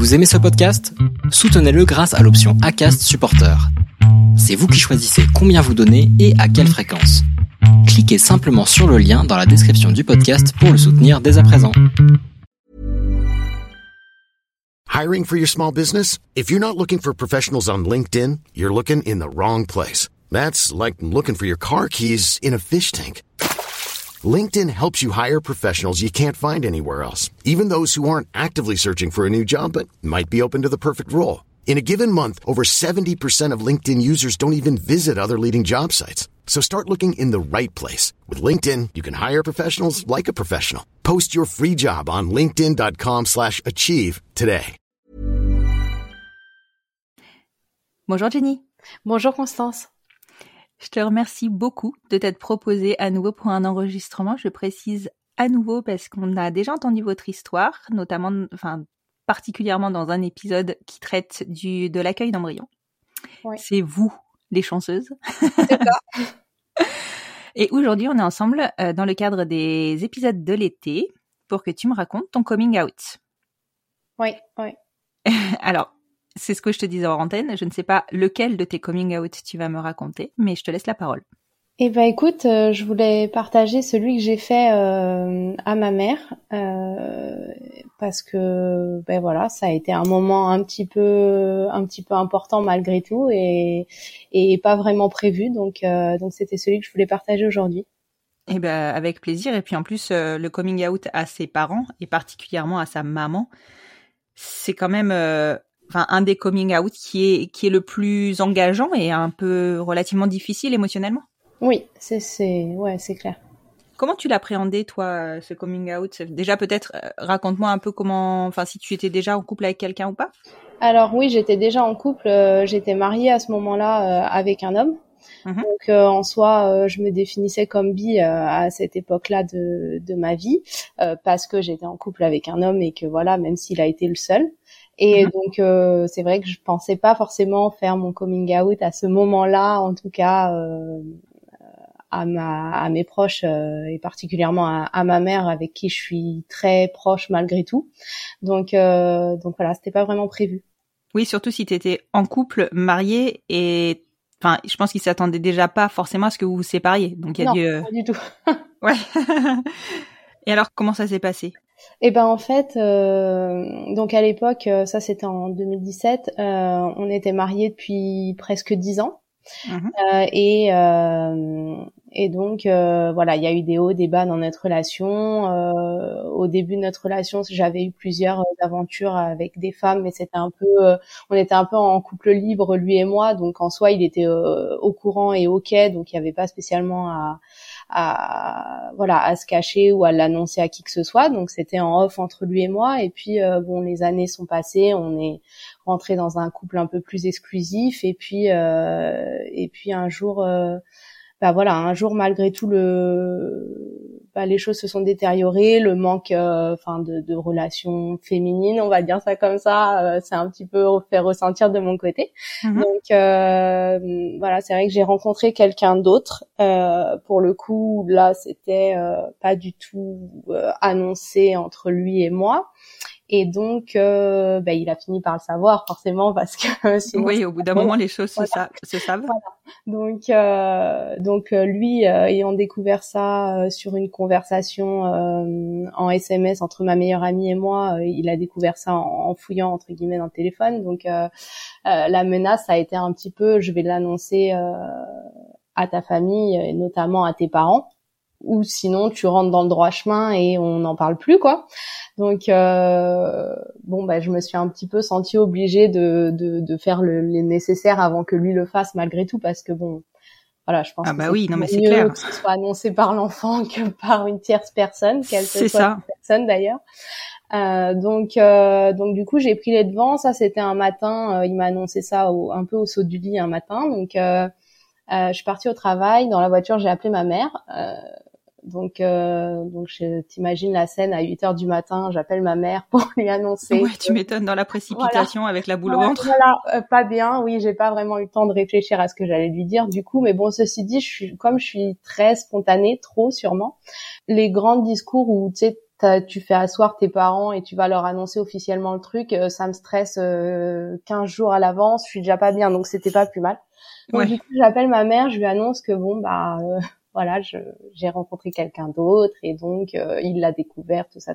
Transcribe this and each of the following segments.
Vous aimez ce podcast ? Soutenez-le grâce à l'option Acast Supporter. C'est vous qui choisissez combien vous donnez et à quelle fréquence. Cliquez simplement sur le lien dans la description du podcast pour le soutenir dès à présent. Hiring for your small business? If you're not looking for professionals on LinkedIn, you're looking in the wrong place. That's like looking for your car keys in a fish tank. LinkedIn helps you hire professionals you can't find anywhere else, even those who aren't actively searching for a new job but might be open to the perfect role. In a given month, over 70% of LinkedIn users don't even visit other leading job sites. So start looking in the right place. With LinkedIn, you can hire professionals like a professional. Post your free job on linkedin.com/achieve today. Bonjour Jenny. Bonjour Constance. Je te remercie beaucoup de t'être proposée à nouveau pour un enregistrement. Je précise à nouveau parce qu'on a déjà entendu votre histoire, particulièrement dans un épisode qui traite de l'accueil d'embryons. Ouais. C'est vous, les chanceuses. C'est ça. Et aujourd'hui, on est ensemble dans le cadre des épisodes de l'été pour que tu me racontes ton coming out. Oui. Alors, c'est ce que je te disais hors antenne. Je ne sais pas lequel de tes coming out tu vas me raconter, mais je te laisse la parole. Eh ben écoute, je voulais partager celui que j'ai fait à ma mère parce que voilà, ça a été un moment un petit peu important malgré tout et pas vraiment prévu, donc c'était celui que je voulais partager aujourd'hui. Eh ben avec plaisir. Et puis en plus le coming out à ses parents et particulièrement à sa maman, c'est quand même un des coming out qui est le plus engageant et un peu relativement difficile émotionnellement. Oui, c'est clair. Comment tu l'appréhendais, toi, ce coming out ? Déjà, peut-être, raconte-moi un peu si tu étais déjà en couple avec quelqu'un ou pas ? Alors oui, j'étais déjà en couple. J'étais mariée à ce moment-là avec un homme. Mm-hmm. Donc en soi, je me définissais comme bi à cette époque-là de ma vie parce que j'étais en couple avec un homme et que voilà, même s'il a été le seul. Et donc c'est vrai que je pensais pas forcément faire mon coming out à ce moment-là, en tout cas à mes proches et particulièrement à ma mère avec qui je suis très proche malgré tout. Donc voilà, c'était pas vraiment prévu. Oui, surtout si t'étais en couple, marié et je pense qu'ils s'attendaient déjà pas forcément à ce que vous vous sépariez. Donc il y a pas du tout. Ouais. Et alors comment ça s'est passé ? Eh ben en fait, donc à l'époque, ça c'était en 2017, on était mariés depuis presque 10 ans. Et donc voilà, il y a eu des hauts, des bas dans notre relation. Au début de notre relation, j'avais eu plusieurs aventures avec des femmes, mais c'était un peu, on était un peu en couple libre lui et moi, donc en soi il était au courant et ok, donc il y avait pas spécialement à se cacher ou à l'annoncer à qui que ce soit, donc c'était en off entre lui et moi. Et puis les années sont passées, on est rentré dans un couple un peu plus exclusif et puis un jour malgré tout les choses se sont détériorées, le manque de relations féminines, on va dire ça comme ça, c'est un petit peu fait ressentir de mon côté. Donc c'est vrai que j'ai rencontré quelqu'un d'autre, pour le coup là c'était pas du tout annoncé entre lui et moi. Et donc, il a fini par le savoir forcément parce que sinon. Oui, au bout d'un moment, les choses se savent. Voilà. Donc lui, ayant découvert ça sur une conversation en SMS entre ma meilleure amie et moi, il a découvert ça en fouillant entre guillemets dans le téléphone. Donc la menace a été un petit peu, je vais l'annoncer à ta famille et notamment à tes parents, ou sinon tu rentres dans le droit chemin et on n'en parle plus quoi. Donc je me suis un petit peu sentie obligée de faire le nécessaire avant que lui le fasse malgré tout, parce que je pense que c'est mieux que ce soit annoncé par l'enfant que par une tierce personne, quelle que soit cette personne d'ailleurs. Donc du coup j'ai pris les devants. Ça c'était un matin, il m'a annoncé ça un peu au saut du lit un matin. Donc je suis partie au travail, dans la voiture j'ai appelé ma mère. Donc je t'imagine la scène à 8h du matin, j'appelle ma mère pour lui annoncer. Ouais, tu m'étonnes, dans la précipitation, voilà. Avec la boule au ventre. Voilà, pas bien. Oui, j'ai pas vraiment eu le temps de réfléchir à ce que j'allais lui dire du coup, mais bon, ceci dit, je suis très spontanée, trop sûrement. Les grands discours où tu sais tu fais asseoir tes parents et tu vas leur annoncer officiellement le truc, ça me stresse 15 jours à l'avance, je suis déjà pas bien, donc c'était pas plus mal. Donc du coup, j'appelle ma mère, je lui annonce que bon voilà, j'ai rencontré quelqu'un d'autre et donc il l'a découvert, tout ça.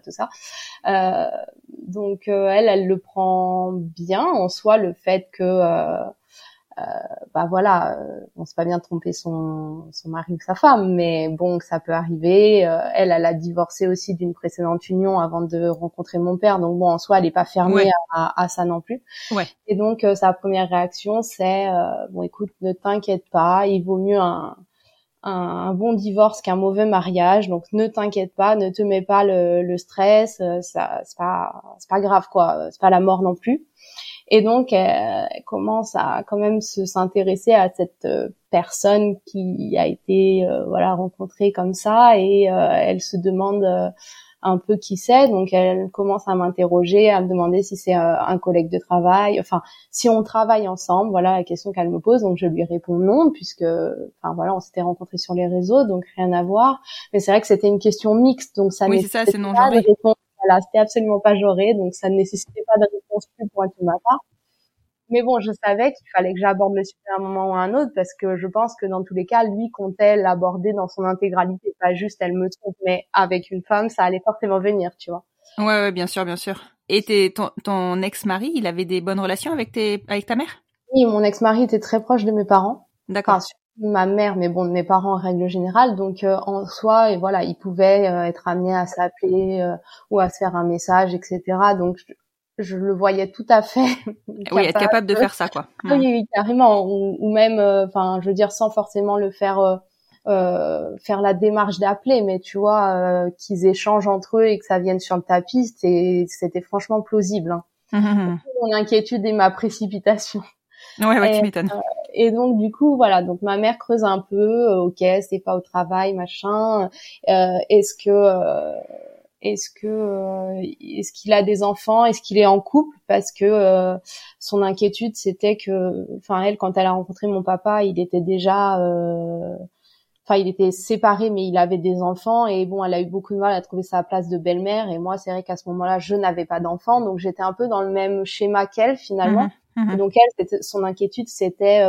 Donc elle le prend bien en soi, le fait que voilà, bon, c'est pas bien de tromper son mari ou sa femme, mais bon, que ça peut arriver. Elle a divorcé aussi d'une précédente union avant de rencontrer mon père, donc bon, en soi, elle est pas fermée à ça non plus. Ouais. Et donc sa première réaction, c'est bon, écoute, ne t'inquiète pas, il vaut mieux un bon divorce qu'un mauvais mariage, donc ne t'inquiète pas, ne te mets pas le stress, ça c'est pas grave quoi, c'est pas la mort non plus. Et donc elle commence à quand même s'intéresser à cette personne qui a été voilà rencontrée comme ça, et elle se demande un peu qui c'est, donc elle commence à m'interroger, à me demander si c'est un collègue de travail, enfin si on travaille ensemble, voilà la question qu'elle me pose. Donc je lui réponds non, puisque enfin voilà, on s'était rencontrés sur les réseaux, donc rien à voir. Mais c'est vrai que c'était une question mixte, donc ça c'est non pas genré. de réponse. Voilà, c'était absolument pas genré, donc ça ne nécessitait pas de réponse plus pointue de ma part. Mais bon, je savais qu'il fallait que j'aborde le sujet à un moment ou à un autre, parce que je pense que dans tous les cas, lui comptait l'aborder dans son intégralité, pas juste elle me trompe, mais avec une femme, ça allait forcément venir, tu vois. Ouais, bien sûr. Et ton ex-mari, il avait des bonnes relations avec ta mère? Oui, mon ex-mari était très proche de mes parents. D'accord. Enfin, surtout ma mère, mais bon, de mes parents en règle générale. Donc, en soi, et voilà, il pouvait être amené à s'appeler ou à se faire un message, etc. Donc, je le voyais tout à fait oui, être capable de faire ça, quoi. Oui, carrément. Ou même, enfin, je veux dire, sans forcément le faire faire la démarche d'appeler, mais tu vois, qu'ils échangent entre eux et que ça vienne sur le tapis, c'était franchement plausible. Hein. Mon inquiétude et ma précipitation. Ouais, tu m'étonnes. Et donc du coup, voilà, donc ma mère creuse un peu, ok, c'est pas au travail, machin. Est-ce qu'il a des enfants, est-ce qu'il est en couple, parce que son inquiétude c'était que, enfin elle, quand elle a rencontré mon papa, il était déjà il était séparé, mais il avait des enfants, et bon, elle a eu beaucoup de mal à trouver sa place de belle-mère, et moi, c'est vrai qu'à ce moment-là, je n'avais pas d'enfants, donc j'étais un peu dans le même schéma qu'elle, finalement. Et donc elle, son inquiétude, c'était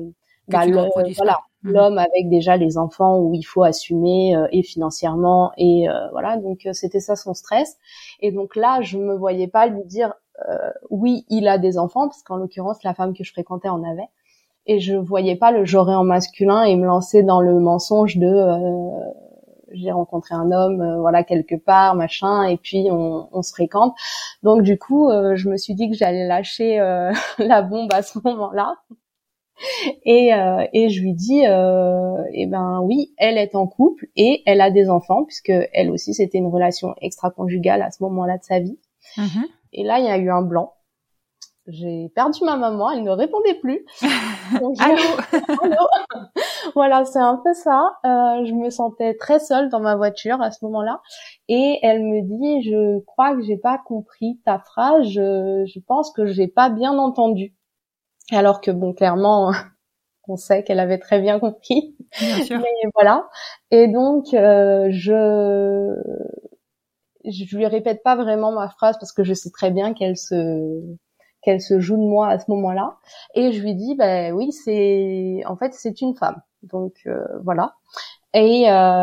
l'homme avec déjà les enfants, où il faut assumer et financièrement, et voilà, donc c'était ça son stress. Et donc là, je me voyais pas lui dire oui, il a des enfants, parce qu'en l'occurrence, la femme que je fréquentais en avait. Et je voyais pas le genrer en masculin et me lancer dans le mensonge de j'ai rencontré un homme voilà quelque part, machin, et puis on se fréquente. Donc du coup, je me suis dit que j'allais lâcher la bombe à ce moment-là. Et je lui dis eh ben oui, elle est en couple et elle a des enfants, puisque elle aussi c'était une relation extra-conjugale à ce moment-là de sa vie. Et là, il y a eu un blanc. J'ai perdu ma maman, elle ne répondait plus. Donc, Allô. Voilà, c'est un peu ça. Je me sentais très seule dans ma voiture à ce moment-là. Et elle me dit, je crois que j'ai pas compris ta phrase, je pense que j'ai pas bien entendu. Alors que bon, clairement, on sait qu'elle avait très bien compris. Bien sûr. Mais voilà. Et donc, je lui répète pas vraiment ma phrase, parce que je sais très bien qu'elle se joue de moi à ce moment-là, et je lui dis oui, c'est une femme, donc voilà. Et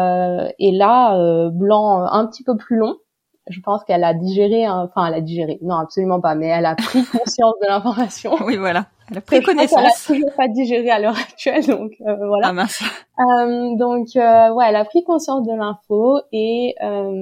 là, blanc un petit peu plus long, je pense qu'elle a digéré, non absolument pas, mais elle a pris conscience de l'information. Oui, voilà, elle a pris connaissance. Elle a toujours pas digéré à l'heure actuelle, donc voilà. Ah mince. Donc elle a pris conscience de l'info, et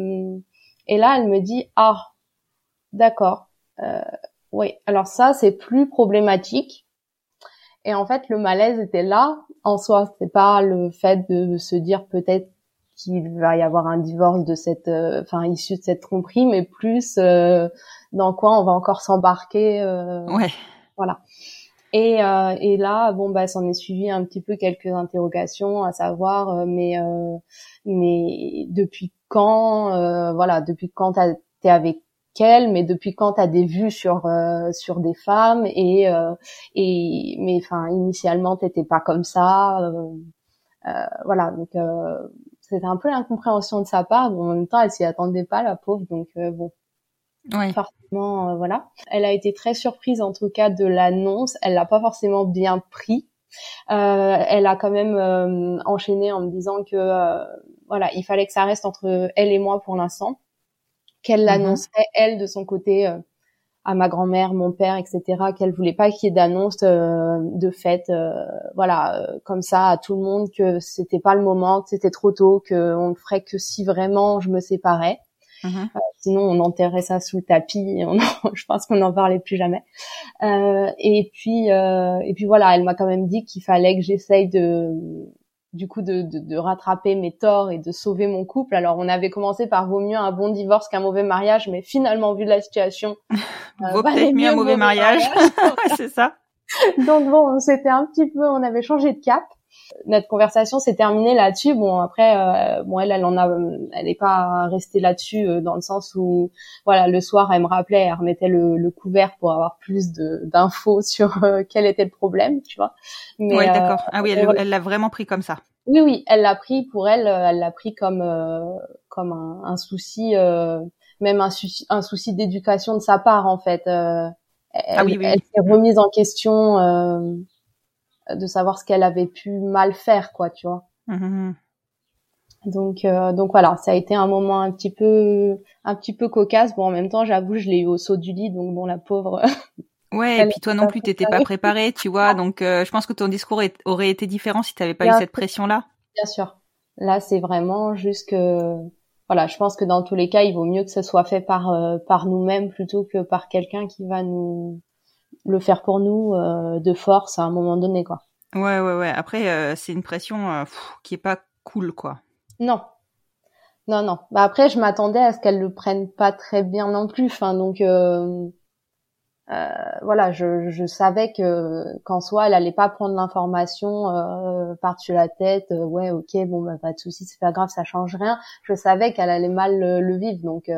là elle me dit d'accord. Oui, alors ça, c'est plus problématique. Et en fait, le malaise était là en soi. C'est pas le fait de se dire peut-être qu'il va y avoir un divorce de cette, issu de cette tromperie, mais plus dans quoi on va encore s'embarquer. Ouais. Voilà. Et là, s'en est suivi un petit peu quelques interrogations, à savoir, mais depuis quand, depuis quand t'es avec elle, mais depuis quand t'as des vues sur des femmes, mais initialement t'étais pas comme ça, voilà. Donc c'était un peu l'incompréhension de sa part. Bon, en même temps, elle s'y attendait pas, la pauvre, donc bon. Ouais. Forcément, voilà. Elle a été très surprise, en tout cas, de l'annonce. Elle l'a pas forcément bien pris. Elle a quand même enchaîné en me disant que voilà, il fallait que ça reste entre elle et moi pour l'instant. Qu'elle l'annoncerait elle de son côté à ma grand-mère, mon père, etc. Qu'elle voulait pas qu'il y ait d'annonce de fête, voilà, comme ça à tout le monde, que c'était pas le moment, que c'était trop tôt, que on le ferait que si vraiment je me séparais. Sinon on enterrait ça sous le tapis et je pense qu'on n'en parlait plus jamais. Et puis voilà, elle m'a quand même dit qu'il fallait que j'essaye de rattraper mes torts et de sauver mon couple. Alors on avait commencé par vaut mieux un bon divorce qu'un mauvais mariage, mais finalement vu la situation, vaut peut-être mieux un mauvais mariage. C'est ça. Donc bon, on avait changé de cap. Notre conversation s'est terminée là-dessus. Bon après, elle n'est pas restée là-dessus dans le sens où voilà, le soir elle me rappelait, elle remettait le couvert pour avoir plus d'infos sur quel était le problème, tu vois. Mais, ouais, d'accord. Ah oui, elle l'a vraiment pris comme ça. Oui, elle l'a pris pour elle l'a pris comme un souci, même un souci d'éducation de sa part en fait. Elle s'est remise en question. De savoir ce qu'elle avait pu mal faire, quoi, tu vois. Donc voilà, ça a été un moment un petit peu cocasse. Bon, en même temps, j'avoue, je l'ai eu au saut du lit, donc bon, la pauvre. Ouais, et puis toi non plus, t'étais pas préparée, tu vois. Donc, je pense que ton discours aurait été différent si t'avais pas eu cette pression-là. Bien sûr. Là, c'est vraiment juste que, voilà, je pense que dans tous les cas, il vaut mieux que ce soit fait par nous-mêmes plutôt que par quelqu'un qui va nous le faire pour nous de force à un moment donné, quoi. Ouais. Après, c'est une pression qui est pas cool, quoi. Non. Bah après, je m'attendais à ce qu'elle le prenne pas très bien non plus. Enfin, donc voilà, je savais que qu'en soi, elle allait pas prendre l'information par-dessus la tête. Ouais, ok, bon, bah pas de souci, c'est pas grave, ça change rien. Je savais qu'elle allait mal le vivre, donc.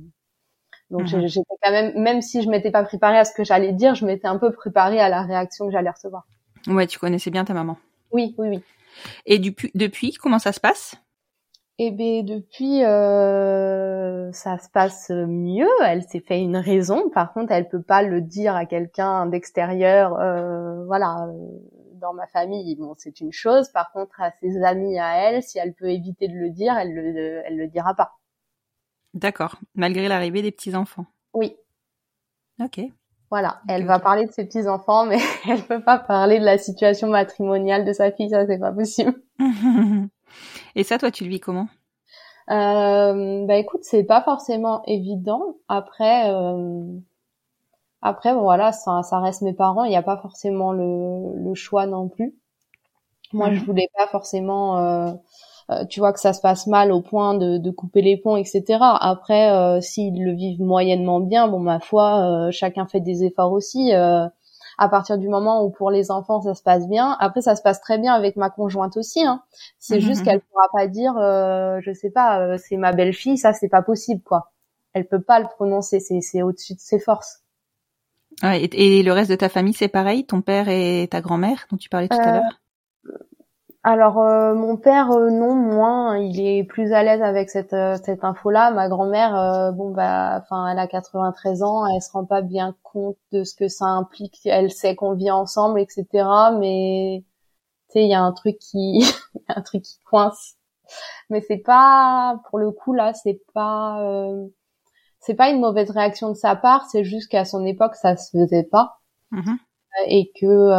J'étais quand même si je m'étais pas préparée à ce que j'allais dire, je m'étais un peu préparée à la réaction que j'allais recevoir. Ouais, tu connaissais bien ta maman. Oui. Et depuis, comment ça se passe? Eh ben depuis, ça se passe mieux. Elle s'est fait une raison. Par contre, elle peut pas le dire à quelqu'un d'extérieur. Voilà, dans ma famille, bon, c'est une chose. Par contre, à ses amis, à elle, si elle peut éviter de le dire, elle le dira pas. D'accord, malgré l'arrivée des petits-enfants. Oui. Ok. Voilà, elle va parler de ses petits-enfants, mais elle peut pas parler de la situation matrimoniale de sa fille, ça c'est pas possible. Et ça, toi, tu le vis comment? Bah écoute, c'est pas forcément évident. Après bon voilà, ça reste mes parents, il n'y a pas forcément le choix non plus. Moi, je voulais pas forcément... tu vois que ça se passe mal au point de couper les ponts, etc. Après, s'ils le vivent moyennement bien, bon, ma foi, chacun fait des efforts aussi. À partir du moment où pour les enfants ça se passe bien, après ça se passe très bien avec ma conjointe aussi. Hein. C'est juste qu'elle pourra pas dire, je sais pas, c'est ma belle-fille, ça c'est pas possible quoi. Elle peut pas le prononcer, c'est au-dessus de ses forces. Ouais, et le reste de ta famille c'est pareil, ton père et ta grand-mère dont tu parlais tout à l'heure? Alors mon père non, moins, il est plus à l'aise avec cette info-là. Ma grand-mère bon bah enfin elle a 93 ans, elle se rend pas bien compte de ce que ça implique, elle sait qu'on vit ensemble etc. mais tu sais il y a un truc qui coince. Mais c'est pas pour le coup là, c'est pas une mauvaise réaction de sa part, c'est juste qu'à son époque ça se faisait pas. Et que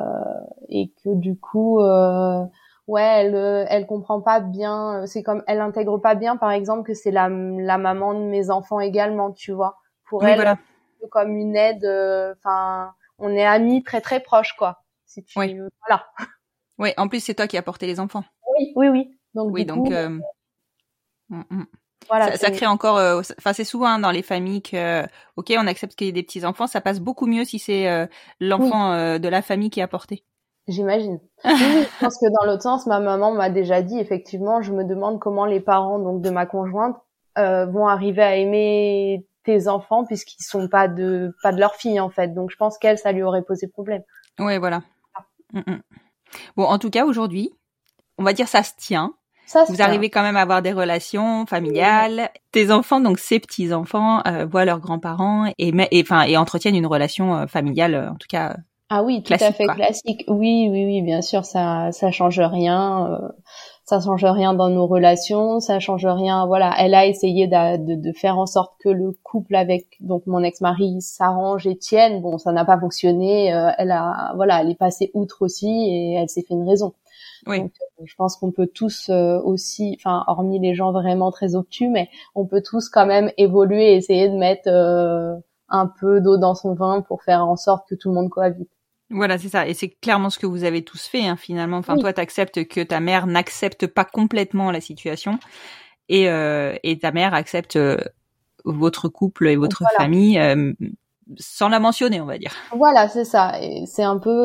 du coup ouais elle comprend pas bien, c'est comme elle intègre pas bien par exemple que c'est la maman de mes enfants également, tu vois. Pour elle voilà. C'est comme une aide, enfin on est amis très très proches quoi, si tu voilà. Oui, en plus c'est toi qui as porté les enfants. Oui. Donc oui, du donc coup, voilà, ça crée encore enfin c'est souvent dans les familles que OK, on accepte qu'il y ait des petits enfants, ça passe beaucoup mieux si c'est l'enfant de la famille qui a porté. J'imagine. Oui, je pense que dans l'autre sens, ma maman m'a déjà dit effectivement, je me demande comment les parents donc de ma conjointe vont arriver à aimer tes enfants puisqu'ils sont pas de leur fille en fait. Donc je pense qu'elle ça lui aurait posé problème. Ouais, voilà. Bon, en tout cas aujourd'hui, on va dire ça se tient. Vous arrivez quand même à avoir des relations familiales. Tes enfants, donc ces petits-enfants, voient leurs grands-parents et entretiennent une relation familiale, en tout cas. Ah oui, tout à fait classique. Oui, bien sûr, ça change rien. Ça change rien dans nos relations, ça change rien. Voilà, elle a essayé de faire en sorte que le couple avec donc mon ex-mari s'arrange et tienne. Bon, ça n'a pas fonctionné. Elle est passée outre aussi et elle s'est fait une raison. Oui. Donc, je pense qu'on peut tous aussi, enfin, hormis les gens vraiment très obtus, mais on peut tous quand même évoluer et essayer de mettre un peu d'eau dans son vin pour faire en sorte que tout le monde cohabite. Voilà, c'est ça. Et c'est clairement ce que vous avez tous fait, finalement. Enfin, toi, t'acceptes que ta mère n'accepte pas complètement la situation et ta mère accepte votre couple et votre famille sans la mentionner, on va dire. Voilà, c'est ça. Et c'est un peu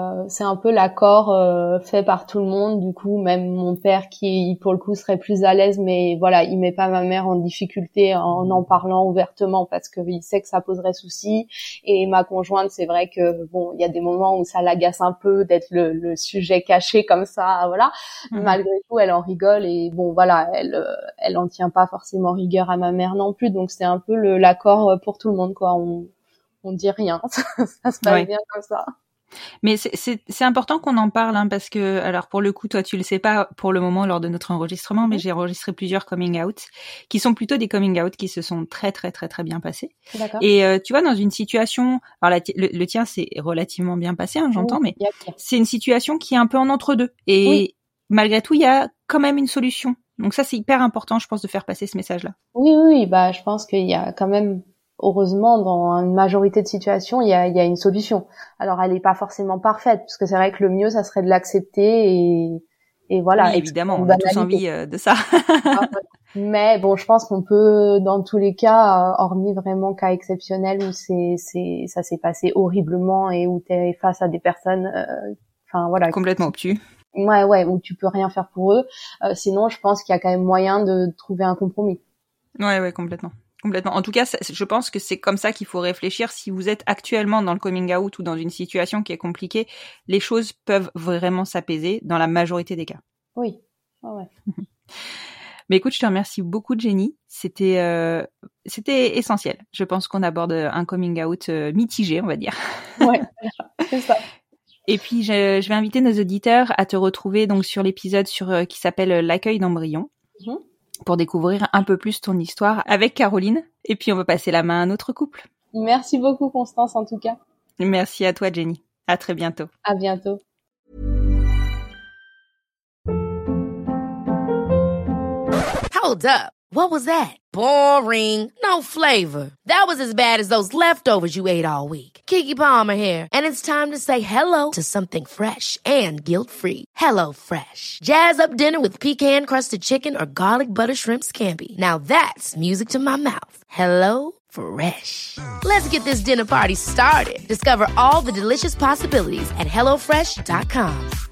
l'accord fait par tout le monde. Du coup, même mon père qui, pour le coup, serait plus à l'aise, mais voilà, il met pas ma mère en difficulté en parlant ouvertement parce que il sait que ça poserait souci. Et ma conjointe, c'est vrai que bon, il y a des moments où ça l'agace un peu d'être le sujet caché comme ça, voilà. Malgré tout, elle en rigole et bon, voilà, elle en tient pas forcément rigueur à ma mère non plus. Donc c'est un peu l'accord pour tout le monde, quoi. On dit rien, ça se passe bien comme ça. Mais c'est important qu'on en parle, parce que, alors pour le coup, toi tu le sais pas pour le moment lors de notre enregistrement, mais j'ai enregistré plusieurs coming out qui sont plutôt des coming out qui se sont très très très très bien passés. D'accord. Et tu vois, dans une situation, alors le tien c'est relativement bien passé, j'entends, mais c'est une situation qui est un peu en entre-deux. Et malgré tout, il y a quand même une solution. Donc ça, c'est hyper important, je pense, de faire passer ce message-là. Oui, bah je pense qu'il y a quand même, heureusement, dans une majorité de situations, il y a une solution. Alors, elle est pas forcément parfaite, parce que c'est vrai que le mieux, ça serait de l'accepter et voilà. Oui, évidemment, on a tous envie de ça. Mais bon, je pense qu'on peut, dans tous les cas, hormis vraiment cas exceptionnels où ça s'est passé horriblement et où t'es face à des personnes, complètement obtus. Ouais, où tu peux rien faire pour eux. Sinon, je pense qu'il y a quand même moyen de trouver un compromis. Ouais, complètement. Complètement. En tout cas, je pense que c'est comme ça qu'il faut réfléchir. Si vous êtes actuellement dans le coming out ou dans une situation qui est compliquée, les choses peuvent vraiment s'apaiser dans la majorité des cas. Oui. Ouais. Mais écoute, je te remercie beaucoup, Jenny. C'était essentiel. Je pense qu'on aborde un coming out mitigé, on va dire. Ouais, c'est ça. Et puis, je vais inviter nos auditeurs à te retrouver donc sur l'épisode qui s'appelle L'accueil d'embryon. Pour découvrir un peu plus ton histoire avec Caroline. Et puis, on va passer la main à un autre couple. Merci beaucoup, Constance, en tout cas. Merci à toi, Jenny. À très bientôt. À bientôt. Hold up. What was that? Boring. No flavor. That was as bad as those leftovers you ate all week. Keke Palmer here. And it's time to say hello to something fresh and guilt-free. Hello Fresh. Jazz up dinner with pecan-crusted chicken or garlic butter shrimp scampi. Now that's music to my mouth. Hello Fresh. Let's get this dinner party started. Discover all the delicious possibilities at HelloFresh.com.